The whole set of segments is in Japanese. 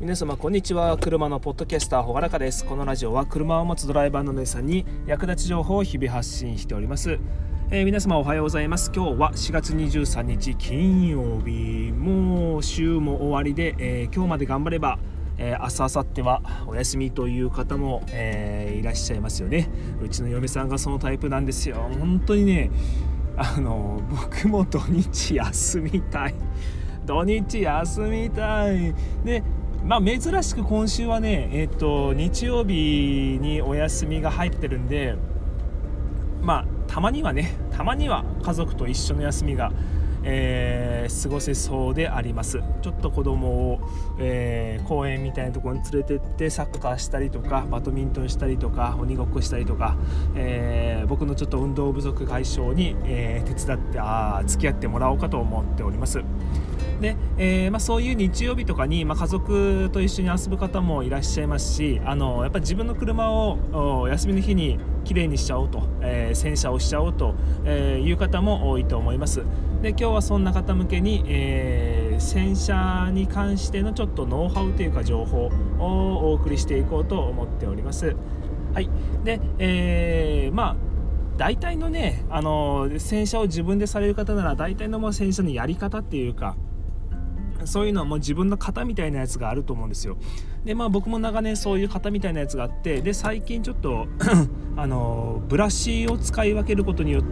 皆様こんにちは。車のポッドキャスターほがらかです。このラジオは車を持つドライバーの皆さんに役立ち情報を日々発信しております。皆様おはようございます。今日は4月23日金曜日、もう週も終わりで、今日まで頑張れば明日明後日はお休みという方も、いらっしゃいますよね。うちの嫁さんがそのタイプなんですよ。本当にね、僕も土日休みたいで、珍しく今週はね、日曜日にお休みが入ってるんで、たまには家族と一緒の休みが、過ごせそうであります。ちょっと子供を、公園みたいなところに連れてってサッカーしたりとかバドミントンしたりとか鬼ごっこしたりとか、僕のちょっと運動不足解消に、手伝って付き合ってもらおうかと思っております。で、そういう日曜日とかに、家族と一緒に遊ぶ方もいらっしゃいますし、やっぱり自分の車を休みの日にきれいにしちゃおうと、洗車をしちゃおうと、いう方も多いと思います。で、今日はそんな方向けに、洗車に関してのちょっとノウハウというか情報をお送りしていこうと思っております。はい。で、大体のね、洗車を自分でされる方なら大体の洗車のやり方っていうか、そういうのはもう自分の型みたいなやつがあると思うんですよ。で、僕も長年そういう型みたいなやつがあって、で最近ちょっとブラシを使い分けることによって、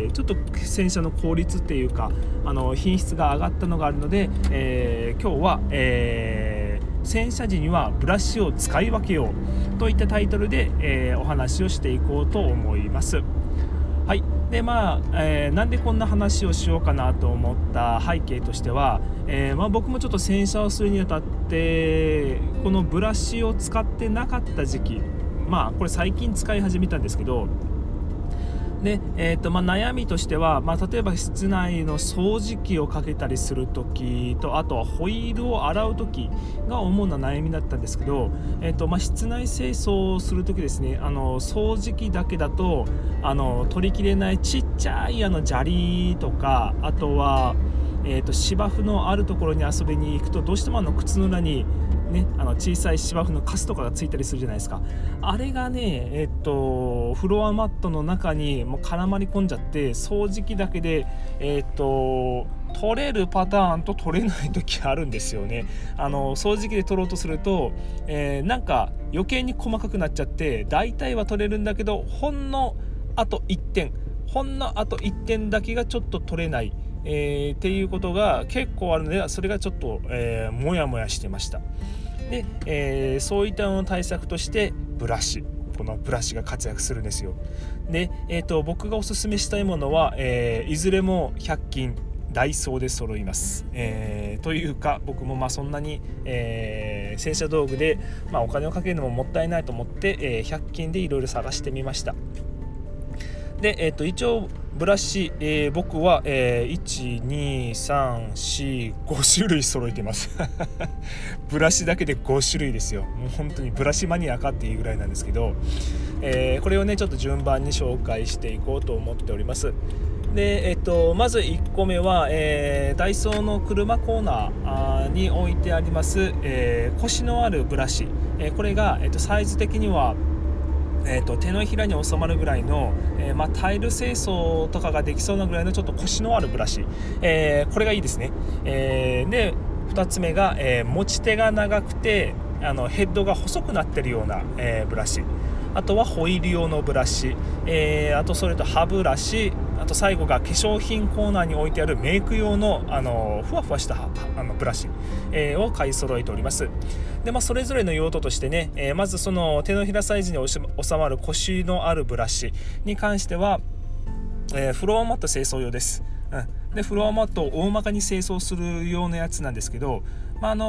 ちょっと洗車の効率っていうか品質が上がったのがあるので、今日は、洗車時にはブラシを使い分けようといったタイトルで、お話をしていこうと思います。はい。で、なんでこんな話をしようかなと思った背景としては、僕もちょっと洗車をするにあたってこのブラシを使ってなかった時期、これ最近使い始めたんですけど、で、悩みとしては、例えば室内の掃除機をかけたりするときと、あとはホイールを洗うときが主な悩みだったんですけど、室内清掃をするときですね、掃除機だけだと取りきれないちっちゃい砂利とか、あとは、芝生のあるところに遊びに行くとどうしても靴の裏にね、小さい芝生のカスとかがついたりするじゃないですか。あれがね、フロアマットの中にもう絡まり込んじゃって、掃除機だけで、取れるパターンと取れない時あるんですよね。掃除機で取ろうとすると、なんか余計に細かくなっちゃって、大体は取れるんだけどほんのあと1点だけがちょっと取れない、っていうことが結構あるので、それがちょっと、もやもやしてました。で、そういったの対策としてこのブラシが活躍するんですよ。で、僕がおすすめしたいものは、いずれも100均ダイソーで揃います。というか僕もそんなに、洗車道具で、お金をかけるのももったいないと思って、100均でいろいろ探してみました。で、一応ブラシ、僕は、1、2、3、4、5種類揃えてますブラシだけで5種類ですよ。もう本当にブラシマニアかっていうぐらいなんですけど、これをねちょっと順番に紹介していこうと思っております。で、まず1個目は、ダイソーの車コーナーに置いてあります、コシのあるブラシ、これが、サイズ的には手のひらに収まるぐらいの、タイル清掃とかができそうなぐらいのちょっとコシのあるブラシ、これがいいですね。で2つ目が、持ち手が長くてヘッドが細くなってるような、ブラシ、あとはホイール用のブラシ、あとそれと歯ブラシ、あと最後が化粧品コーナーに置いてあるメイク用の、ふわふわしたブラシ、を買い揃えております。で、それぞれの用途としてね、まずその手のひらサイズに収まるコシのあるブラシに関しては、フロアマット清掃用です。でフロアマットを大まかに清掃するようなやつなんですけど、フロア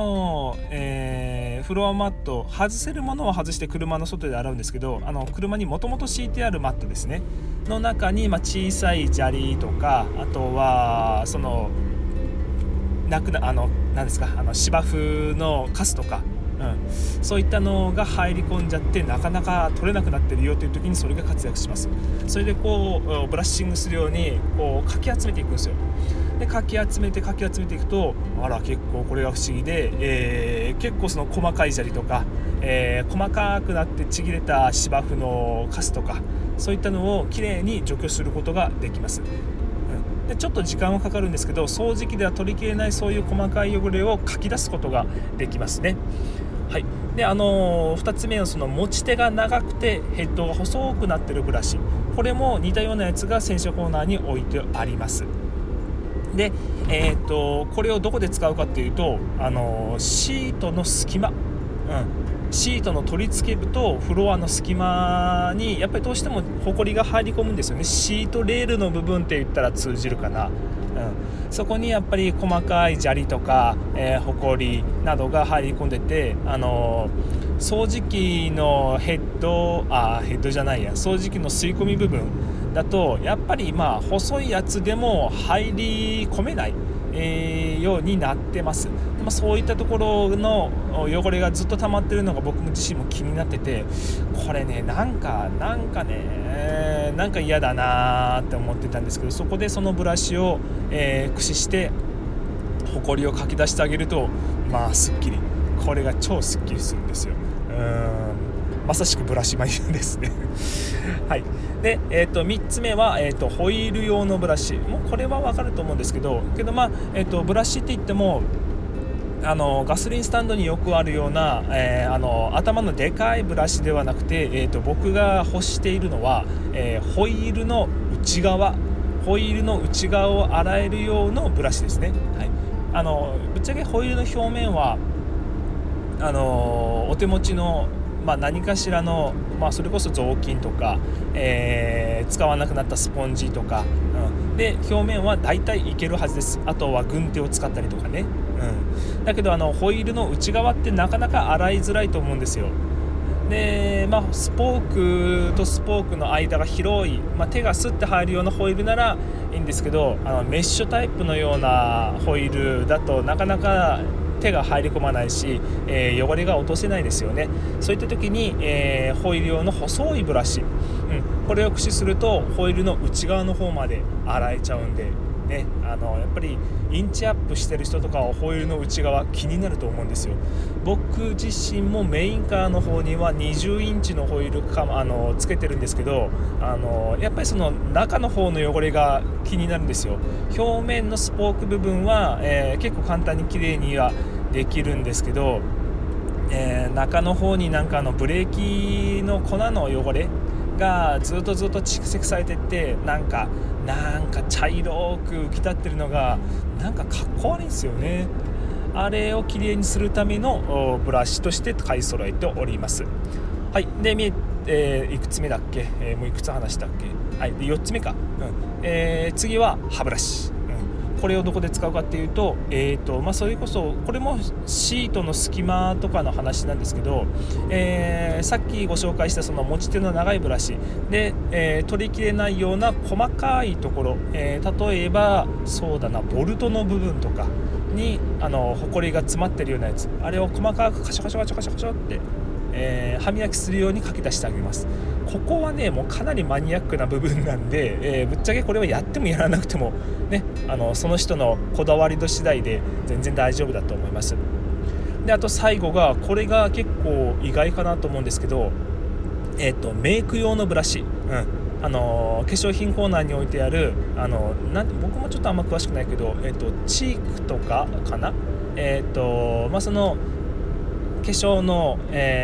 マット外せるものを外して車の外で洗うんですけど、車にもともと敷いてあるマットですねの中に、小さい砂利とか、あとはその何ですか、芝生のカスとか、そういったのが入り込んじゃってなかなか取れなくなってるよという時にそれが活躍します。それでブラッシングするようにかき集めていくんですよ。 でかき集めていくと、あら結構これが不思議で、結構その細かい砂利とか、細かくなってちぎれた芝生のカスとか、そういったのをきれいに除去することができます。でちょっと時間はかかるんですけど、掃除機では取りきれないそういう細かい汚れをかき出すことができますね。はい、で2つ目のその持ち手が長くてヘッドが細くなってるブラシ、これも似たようなやつが洗車コーナーに置いてあります。で、これをどこで使うかっていうと、シートの隙間、シートの取り付け部とフロアの隙間にやっぱりどうしてもホコリが入り込むんですよね。シートレールの部分って言ったら通じるかな、そこにやっぱり細かい砂利とか、ホコリなどが入り込んでて、掃除機のヘッドじゃないや掃除機の吸い込み部分だとやっぱり細いやつでも入り込めない、ようになってます。そういったところの汚れがずっと溜まってるのが僕自身も気になってて、これねなんか嫌だなって思ってたんですけど、そこでそのブラシを、駆使してホコリをかき出してあげるとすっきり、これが超すっきりするんですよ。まさしくブラシマニアですねはい、で、3つ目は、ホイール用のブラシ、もうこれは分かると思うんですけど、ブラシって言ってもガソリンスタンドによくあるような、頭のでかいブラシではなくて、僕が欲しているのは、ホイールの内側を洗える用のブラシですね。はい、ぶっちゃけホイールの表面はお手持ちの何かしらの、それこそ雑巾とか、使わなくなったスポンジとか、で表面はだいたいいけるはずです。あとは軍手を使ったりとかね、だけどホイールの内側ってなかなか洗いづらいと思うんですよ。で、スポークとスポークの間が広い、手がスッて入るようなホイールならいいんですけど、メッシュタイプのようなホイールだとなかなか手が入り込まないし、汚れが落とせないですよね。そういった時に、ホイール用の細いブラシ、これを駆使するとホイールの内側の方まで洗えちゃうんでね、やっぱりインチアップしてる人とかはホイールの内側気になると思うんですよ。僕自身もメインカーの方には20インチのホイールつけてるんですけど、やっぱりその中の方の汚れが気になるんですよ。表面のスポーク部分は、結構簡単にきれいにはできるんですけど、中の方にブレーキの粉の汚れがずっと蓄積されてってなんか茶色く浮き立ってるのがかっこ悪いんですよね。あれをきれいにするためのブラシとして買い揃えております。はい、でいくつ目だっけ、もういくつ話したっけ、はい、で4つ目か、次は歯ブラシ、これをどこで使うかっていうと、それこそこれもシートの隙間とかの話なんですけど、さっきご紹介したその持ち手の長いブラシで、取りきれないような細かいところ、例えばそうだなボルトの部分とかにホコリが詰まってるようなやつ、あれを細かくカシャカシャカシャカシャカシャって、歯磨きするようにかき出してあげます。ここはねもうかなりマニアックな部分なんで、ぶっちゃけこれはやってもやらなくてもね、その人のこだわり度次第で全然大丈夫だと思います。であと最後がこれが結構意外かなと思うんですけど、メイク用のブラシ、化粧品コーナーに置いてある僕もちょっとあんま詳しくないけど、チークとかかな、その化粧の、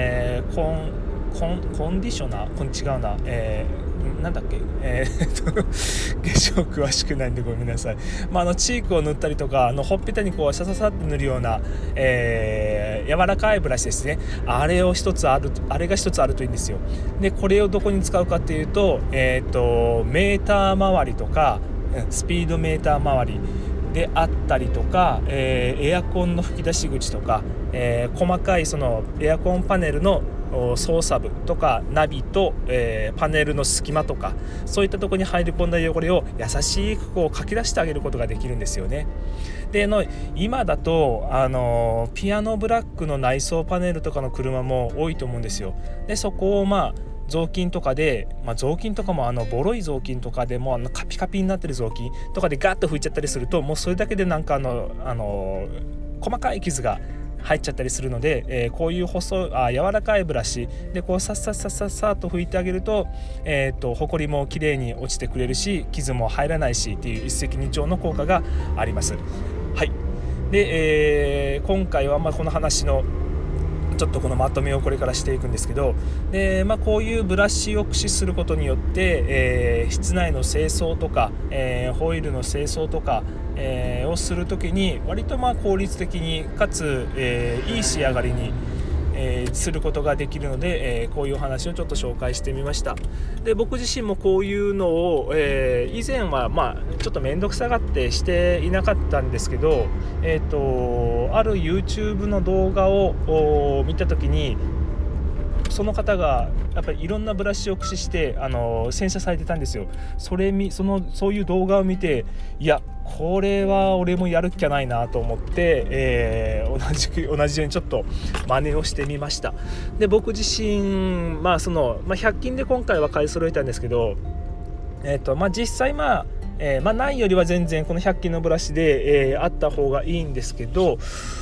コンディショナー違うな、なんだっけ、化粧詳しくないんでごめんなさい。チークを塗ったりとかほっぺたにこうシャササって塗るような、柔らかいブラシですね。あれが一つあるといいんですよ。でこれをどこに使うかっていうと、メーター周りとかスピードメーター周りであったりとか、エアコンの吹き出し口とか、細かいそのエアコンパネルの操作部とかナビと、パネルの隙間とかそういったところに入り込んだ汚れを優しくこうかき出してあげることができるんですよね。で今だとピアノブラックの内装パネルとかの車も多いと思うんですよ。でそこを雑巾とかで、雑巾とかもボロい雑巾とかでもカピカピになってる雑巾とかでガッと拭いちゃったりすると、もうそれだけでなんか細かい傷が入っちゃったりするので、こういう柔らかいブラシでこうさっさっさっさっさっと拭いてあげると、ほこりもきれいに落ちてくれるし、傷も入らないしっていう一石二鳥の効果があります。はい。で、今回はこの話のちょっとこのまとめをこれからしていくんですけど、で、こういうブラシを駆使することによって、室内の清掃とか、ホイールの清掃とか、をするときに割と効率的にかつ、いい仕上がりにすることができるので、こういうお話をちょっと紹介してみました。で、僕自身もこういうのを、以前はちょっと面倒くさがってしていなかったんですけど、ある YouTube の動画を見た時に、その方がやっぱりいろんなブラシを駆使して洗車されてたんですよ。そういう動画を見て、いやこれは俺もやるっきゃないなと思って、同じようにちょっと真似をしてみました。で、僕自身100均で今回は買い揃えたんですけど、実際ないよりは全然この100均のブラシで、あった方がいいんですけど、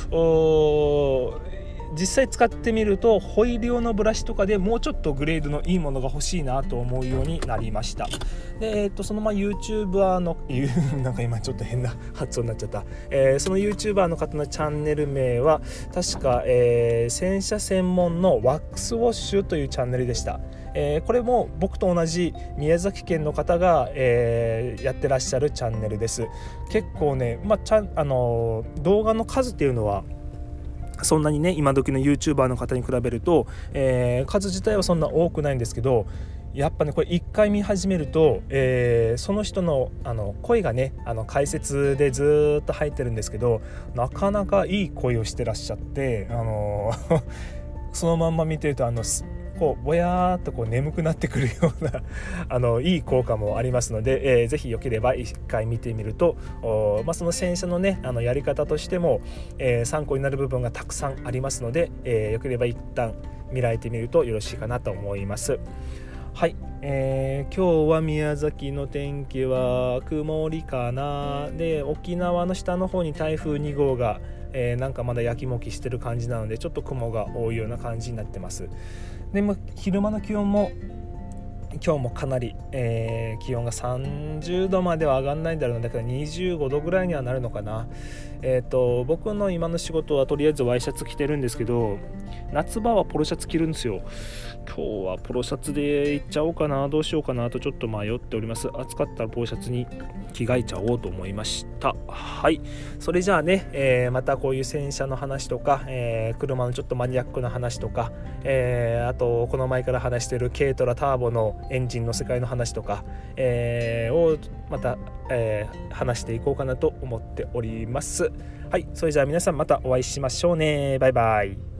実際使ってみるとホイール用のブラシとかでもうちょっとグレードのいいものが欲しいなと思うようになりました。で、そのYouTuber のなんか今ちょっと変な発音になっちゃった、その YouTuber の方のチャンネル名は確か、洗車専門のワックスウォッシュというチャンネルでした。これも僕と同じ宮崎県の方が、やってらっしゃるチャンネルです。結構ね、動画の数っていうのはそんなにね、今時の YouTuber の方に比べると、数自体はそんな多くないんですけど、やっぱねこれ一回見始めると、その人の声がね解説でずっと入ってるんですけど、なかなかいい声をしてらっしゃってそのまんま見てるとこうぼやーっとこう眠くなってくるようないい効果もありますので、ぜひよければ一回見てみると、その洗車のねやり方としても、参考になる部分がたくさんありますので、よければ一旦見られてみるとよろしいかなと思います。はい、今日は宮崎の天気は曇りかな。で、沖縄の下の方に台風2号が、なんかまだやきもきしてる感じなので、ちょっと雲が多いような感じになってます。でも昼間の気温も今日もかなり、気温が30度までは上がらないんだろうな。だから25度ぐらいにはなるのかな。僕の今の仕事はとりあえずワイシャツ着てるんですけど、夏場はポロシャツ着るんですよ。今日はポロシャツで行っちゃおうかな、どうしようかなとちょっと迷っております。暑かったらポロシャツに着替えちゃおうと思いました。はい、それじゃあね、またこういう洗車の話とか、車のちょっとマニアックな話とか、あとこの前から話している軽トラターボのエンジンの世界の話とか、をまた、話していこうかなと思っております。はい、それじゃあ皆さんまたお会いしましょうね。バイバイ。